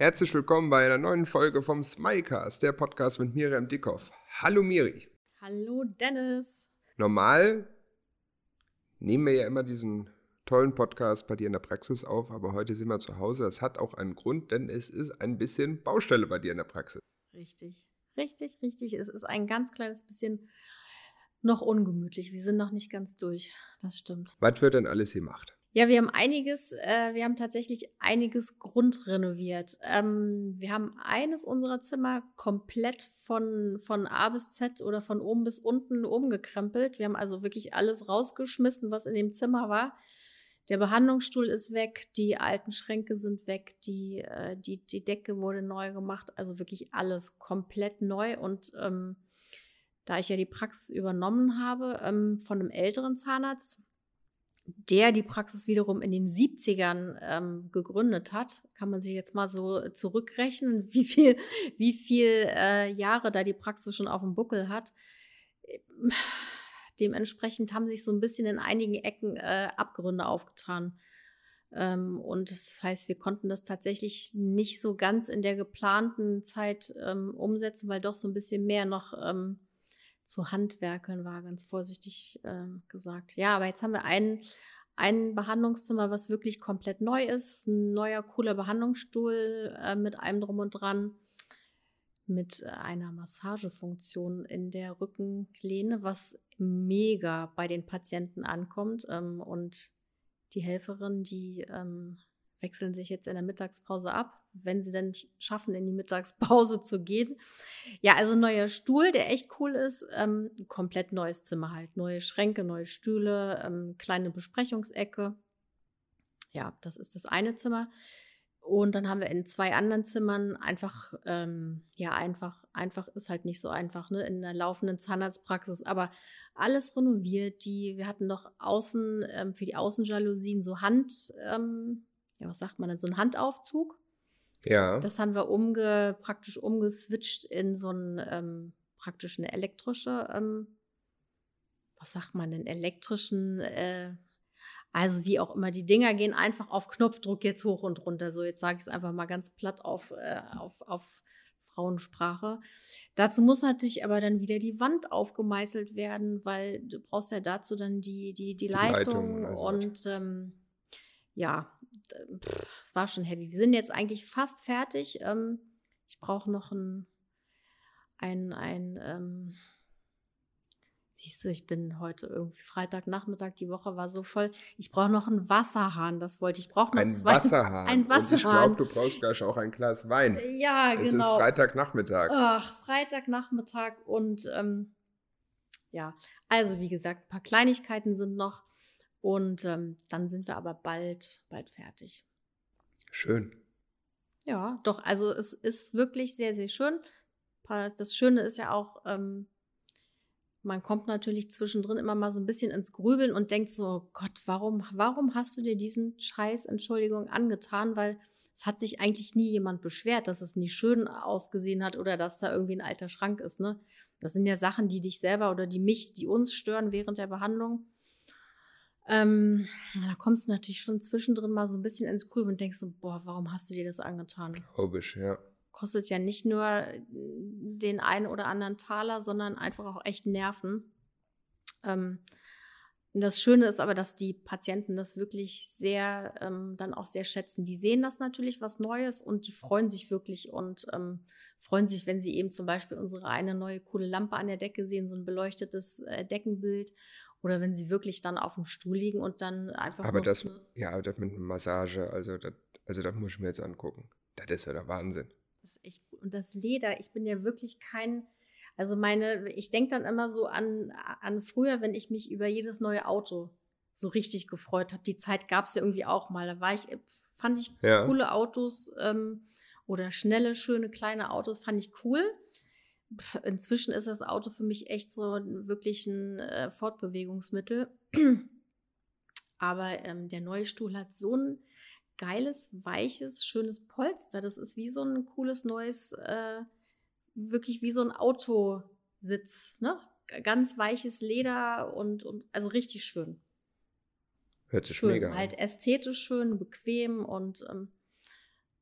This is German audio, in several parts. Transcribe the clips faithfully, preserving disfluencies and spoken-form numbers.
Herzlich willkommen bei einer neuen Folge vom Smilecast, der Podcast mit Miriam Dickhoff. Hallo Miri. Hallo Dennis. Normal nehmen wir ja immer diesen tollen Podcast bei dir in der Praxis auf, aber heute sind wir zu Hause. Das hat auch einen Grund, denn es ist ein bisschen Baustelle bei dir in der Praxis. Richtig, richtig, richtig. Es ist ein ganz kleines bisschen noch ungemütlich. Wir sind noch nicht ganz durch. Das stimmt. Was wird denn alles gemacht? Ja, wir haben einiges, äh, wir haben tatsächlich einiges grundrenoviert. Ähm, wir haben eines unserer Zimmer komplett von, von A bis Z oder von oben bis unten umgekrempelt. Wir haben also wirklich alles rausgeschmissen, was in dem Zimmer war. Der Behandlungsstuhl ist weg, die alten Schränke sind weg, die, äh, die, die Decke wurde neu gemacht, also wirklich alles komplett neu. Und ähm, da ich ja die Praxis übernommen habe ähm, von einem älteren Zahnarzt, der die Praxis wiederum in den siebzigern ähm, gegründet hat, kann man sich jetzt mal so zurückrechnen, wie viel, wie viel äh, Jahre da die Praxis schon auf dem Buckel hat. Dementsprechend haben sich so ein bisschen in einigen Ecken äh, Abgründe aufgetan. Ähm, und das heißt, wir konnten das tatsächlich nicht so ganz in der geplanten Zeit ähm, umsetzen, weil doch so ein bisschen mehr noch ähm, zu handwerkeln war, ganz vorsichtig äh, gesagt. Ja, aber jetzt haben wir ein, ein Behandlungszimmer, was wirklich komplett neu ist. Ein neuer, cooler Behandlungsstuhl äh, mit allem drum und dran. Mit einer Massagefunktion in der Rückenlehne, was mega bei den Patienten ankommt. Ähm, und die Helferinnen, die ähm, wechseln sich jetzt in der Mittagspause ab, wenn sie denn schaffen, in die Mittagspause zu gehen. Ja, also neuer Stuhl, der echt cool ist. Ähm, komplett neues Zimmer halt. Neue Schränke, neue Stühle, ähm, kleine Besprechungsecke. Ja, das ist das eine Zimmer. Und dann haben wir in zwei anderen Zimmern einfach, ähm, ja, einfach, einfach ist halt nicht so einfach, ne, in der laufenden Zahnarztpraxis, aber alles renoviert. Die, wir hatten noch außen, ähm, für die Außenjalousien so Hand, ähm, ja, was sagt man denn, so einen Handaufzug. Ja. Das haben wir umge, praktisch umgeswitcht in so einen, ähm, praktisch eine elektrische, ähm, was sagt man denn, elektrischen, äh, also wie auch immer, die Dinger gehen einfach auf Knopfdruck jetzt hoch und runter. So, jetzt sage ich es einfach mal ganz platt auf, äh, auf, auf Frauensprache. Dazu muss natürlich aber dann wieder die Wand aufgemeißelt werden, weil du brauchst ja dazu dann die, die, die, Die Leitung Leitung. oder so. Und ähm, ja, es war schon heavy. Wir sind jetzt eigentlich fast fertig. Ähm, ich brauche noch ein, ein, ein ähm, Siehst du, ich bin heute irgendwie Freitagnachmittag, die Woche war so voll. Ich brauche noch einen Wasserhahn, das wollte ich. Ich brauche noch Ein zwei. Wasserhahn. Ein Wasserhahn. Und ich glaube, du brauchst gleich auch ein Glas Wein. Ja, Es genau. ist Freitagnachmittag. Ach, Freitagnachmittag und ähm, ja, also wie gesagt, ein paar Kleinigkeiten sind noch und ähm, dann sind wir aber bald, bald fertig. Schön. Ja, doch, also es ist wirklich sehr, sehr schön. Das Schöne ist ja auch, ähm, man kommt natürlich zwischendrin immer mal so ein bisschen ins Grübeln und denkt so, Gott, warum, warum hast du dir diesen Scheiß, Entschuldigung, angetan? Weil es hat sich eigentlich nie jemand beschwert, dass es nicht schön ausgesehen hat oder dass da irgendwie ein alter Schrank ist, ne? Das sind ja Sachen, die dich selber oder die mich, die uns stören während der Behandlung. Ähm, da kommst du natürlich schon zwischendrin mal so ein bisschen ins Grübeln und denkst so, boah, warum hast du dir das angetan? Glaube ich, ja. Kostet ja nicht nur den einen oder anderen Taler, sondern einfach auch echt Nerven. Ähm, das Schöne ist aber, dass die Patienten das wirklich sehr, ähm, dann auch sehr schätzen. Die sehen das natürlich, was Neues, und die freuen sich wirklich und ähm, freuen sich, wenn sie eben zum Beispiel unsere eine neue coole Lampe an der Decke sehen, so ein beleuchtetes äh, Deckenbild, oder wenn sie wirklich dann auf dem Stuhl liegen und dann einfach Aber nur das, so- ja, das mit Massage, also das, also das muss ich mir jetzt angucken. Das ist ja der Wahnsinn. Das ist echt gut. Und das Leder, ich bin ja wirklich kein, also meine, ich denke dann immer so an, an früher, wenn ich mich über jedes neue Auto so richtig gefreut habe. Die Zeit gab es ja irgendwie auch mal. Da war ich, fand ich Ja. coole Autos ähm, oder schnelle, schöne, kleine Autos, fand ich cool. Pff, inzwischen ist das Auto für mich echt so wirklich ein äh, Fortbewegungsmittel. Aber ähm, der neue Stuhl hat so ein geiles, weiches, schönes Polster. Das ist wie so ein cooles neues, äh, wirklich wie so ein Autositz, ne? Ganz weiches Leder und, und also richtig schön. Hört sich Schön, mega an. halt ästhetisch schön, bequem und ähm,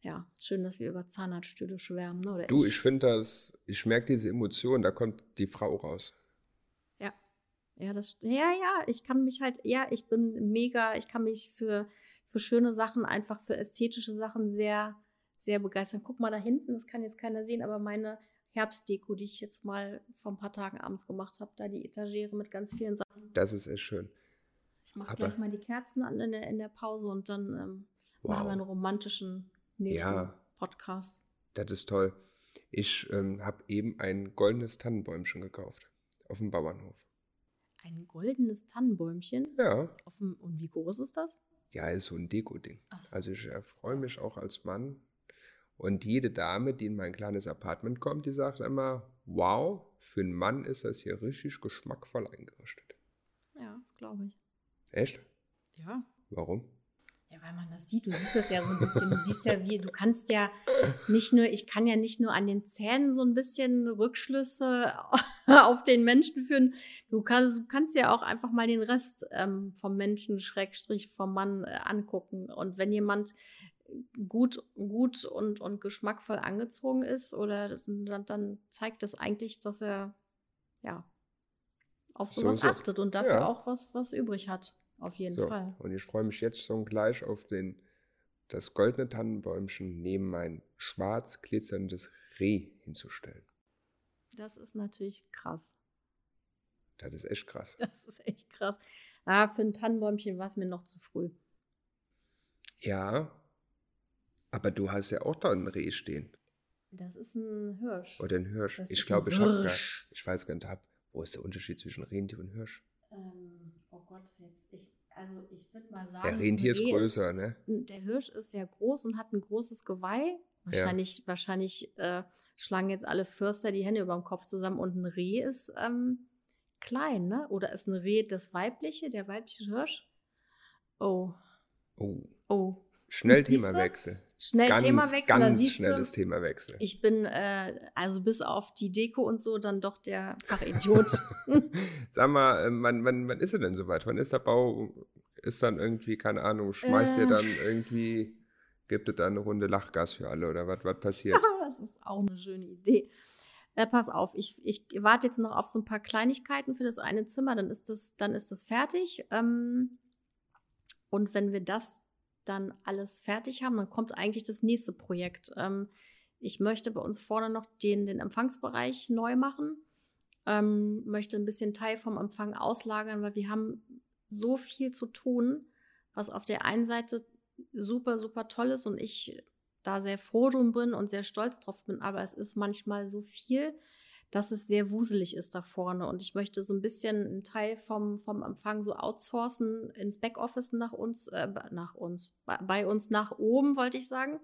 ja, schön, dass wir über Zahnarztstühle schwärmen. Ne? Oder Du, ich finde das, ich merke diese Emotion, da kommt die Frau raus. Ja, ja, das, ja, ja, ich kann mich halt, ja, ich bin mega, ich kann mich für, für schöne Sachen, einfach für ästhetische Sachen sehr, sehr begeistern. Guck mal da hinten, das kann jetzt keiner sehen, aber meine Herbstdeko, die ich jetzt mal vor ein paar Tagen abends gemacht habe, da die Etagere mit ganz vielen Sachen. Das ist echt schön. Ich mache Aber gleich mal die Kerzen an in der, in der Pause und dann ähm, wow. machen wir einen romantischen nächsten Ja, Podcast. das ist toll. Ich ähm, habe eben ein goldenes Tannenbäumchen gekauft auf dem Bauernhof. Ein goldenes Tannenbäumchen? Ja. Auf dem, und wie groß ist das? Ja, ist so ein Deko-Ding. Ach so. Also ich erfreue mich auch als Mann. Und jede Dame, die in mein kleines Apartment kommt, die sagt immer, wow, für einen Mann ist das hier richtig geschmackvoll eingerichtet. Ja, das glaube ich. Echt? Ja. Warum? Ja, weil man das sieht. Du siehst das ja so ein bisschen. Du siehst ja, wie, du kannst ja nicht nur, ich kann ja nicht nur an den Zähnen so ein bisschen Rückschlüsse auf den Menschen führen. Du kannst, du kannst ja auch einfach mal den Rest ähm, vom Menschen, Schrägstrich vom Mann äh, angucken. Und wenn jemand gut, gut und, und geschmackvoll angezogen ist, oder dann, dann zeigt das eigentlich, dass er ja auf sowas So, so. achtet und dafür Ja. auch was, was übrig hat. Auf jeden So, Fall. und ich freue mich jetzt schon gleich auf den, das goldene Tannenbäumchen neben mein schwarz glitzerndes Reh hinzustellen. Das ist natürlich krass. Das ist echt krass. Das ist echt krass. Ah, für ein Tannenbäumchen war es mir noch zu früh. Ja, aber du hast ja auch da ein Reh stehen. Das ist ein Hirsch. Oder ein Hirsch. Das ich ist glaube, ein ich habe gar, Hirsch. ich weiß gar nicht, hab, wo ist der Unterschied zwischen Rentier und Hirsch? Ähm, oh Gott, jetzt, ich, also ich würde mal Der sagen, Rentier ist Reh größer, ne? Der Hirsch ist sehr groß und hat ein großes Geweih. Wahrscheinlich, ja. wahrscheinlich äh, schlagen jetzt alle Förster die Hände über dem Kopf zusammen und ein Reh ist ähm, klein, ne? Oder ist ein Reh das weibliche, der weibliche Hirsch? Oh. Oh. Oh. Schnell Siehste? Themawechsel. Schnell Ganz, Themawechsel. ganz siehste, schnelles Themawechsel. Ich bin, äh, also bis auf die Deko und so, dann doch der Fachidiot. Sag mal, wann, wann, wann ist er denn soweit? Wann ist der Bau? Ist dann irgendwie, keine Ahnung, schmeißt ihr Äh. dann irgendwie, gibt es da eine Runde Lachgas für alle oder was, was passiert? Das ist auch eine schöne Idee. Äh, pass auf, ich, ich warte jetzt noch auf so ein paar Kleinigkeiten für das eine Zimmer, dann ist das, dann ist das fertig. Ähm, und wenn wir das dann alles fertig haben, dann kommt eigentlich das nächste Projekt. Ähm, ich möchte bei uns vorne noch den, den Empfangsbereich neu machen, ähm, möchte ein bisschen Teil vom Empfang auslagern, weil wir haben so viel zu tun, was auf der einen Seite super, super toll ist und ich da sehr froh drum bin und sehr stolz drauf bin, aber es ist manchmal so viel, dass es sehr wuselig ist da vorne und ich möchte so ein bisschen einen Teil vom, vom Empfang so outsourcen ins Backoffice nach uns, äh, nach uns, bei, bei uns nach oben, wollte ich sagen.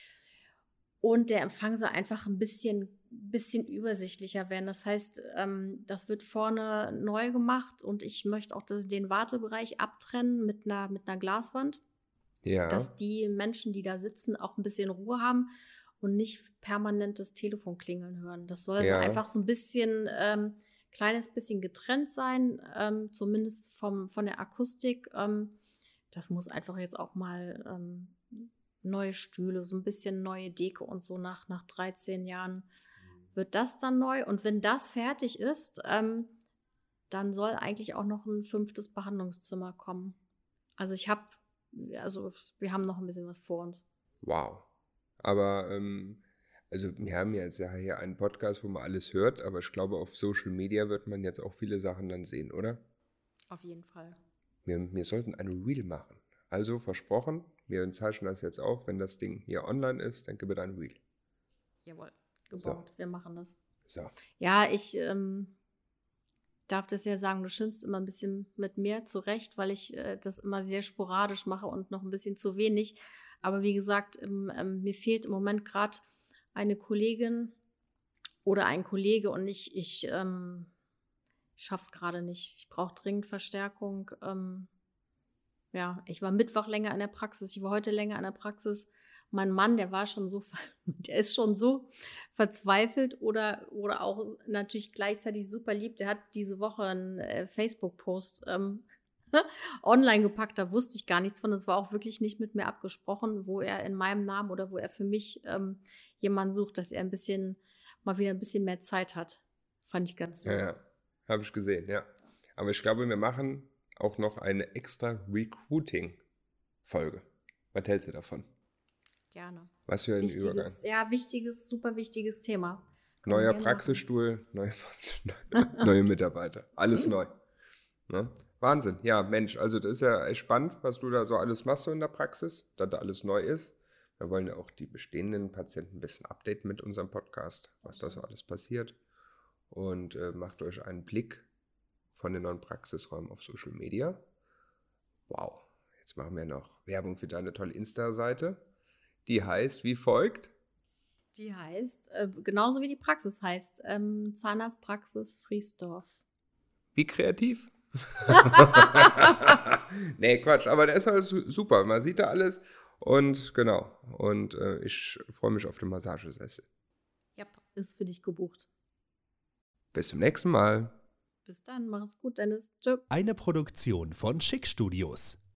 Und der Empfang soll einfach ein bisschen, bisschen übersichtlicher werden. Das heißt, ähm, das wird vorne neu gemacht und ich möchte auch das, den Wartebereich abtrennen mit einer, mit einer Glaswand, Ja. dass die Menschen, die da sitzen, auch ein bisschen Ruhe haben und nicht permanent das Telefon klingeln hören. Das soll Ja. so einfach so ein bisschen, ähm, kleines bisschen getrennt sein, ähm, zumindest vom, von der Akustik. Ähm, das muss einfach jetzt auch mal ähm, neue Stühle, so ein bisschen neue Deko und so nach, nach dreizehn Jahren wird das dann neu. Und wenn das fertig ist, ähm, dann soll eigentlich auch noch ein fünftes Behandlungszimmer kommen. Also ich habe, also wir haben noch ein bisschen was vor uns. Wow. Aber, ähm, also wir haben jetzt ja hier einen Podcast, wo man alles hört, aber ich glaube, auf Social Media wird man jetzt auch viele Sachen dann sehen, oder? Auf jeden Fall. Wir, wir sollten ein Reel machen. Also versprochen, wir zeichnen das jetzt auf. Wenn das Ding hier online ist, dann gibt es ein Reel. Jawohl, gebaut. So. Wir machen das. So. Ja, ich ähm, darf das ja sagen, du schimpfst immer ein bisschen mit mir zurecht, weil ich äh, das immer sehr sporadisch mache und noch ein bisschen zu wenig. Aber wie gesagt, ähm, ähm, mir fehlt im Moment gerade eine Kollegin oder ein Kollege und ich, ich ähm, schaffe es gerade nicht. Ich brauche dringend Verstärkung. Ähm, ja, ich war Mittwoch länger in der Praxis, ich war heute länger in der Praxis. Mein Mann, der war schon so, der ist schon so verzweifelt oder, oder auch natürlich gleichzeitig super lieb. Der hat diese Woche einen äh, Facebook-Post ähm, online gepackt, da wusste ich gar nichts von. Das war auch wirklich nicht mit mir abgesprochen, wo er in meinem Namen oder wo er für mich ähm, jemanden sucht, dass er ein bisschen, mal wieder ein bisschen mehr Zeit hat. Fand ich ganz süß. Ja, ja. Habe ich gesehen, ja. Aber ich glaube, wir machen auch noch eine extra Recruiting-Folge. Was hältst du davon? Gerne. Was für ein Wichtiges, Übergang. Ja, wichtiges, super wichtiges Thema. Können wir Neuer gerne Praxisstuhl, neue, neue Mitarbeiter. Alles neu. Ne? Wahnsinn. Ja, Mensch, also das ist ja echt spannend, was du da so alles machst so in der Praxis, dass da alles neu ist. Wir wollen ja auch die bestehenden Patienten ein bisschen updaten mit unserem Podcast, was da so alles passiert. Und äh, macht euch einen Blick von den neuen Praxisräumen auf Social Media. Wow, jetzt machen wir noch Werbung für deine tolle Insta-Seite. Die heißt wie folgt? Die heißt, äh, genauso wie die Praxis heißt, ähm, Zahnarztpraxis Friesdorf. Wie kreativ? Nee, Quatsch, aber der ist alles super. Man sieht da alles und genau. Und äh, ich freue mich auf den Massagesessel. Ja, ist für dich gebucht. Bis zum nächsten Mal. Bis dann, mach es gut, Dennis. Tschüss. Eine Produktion von Schick Studios.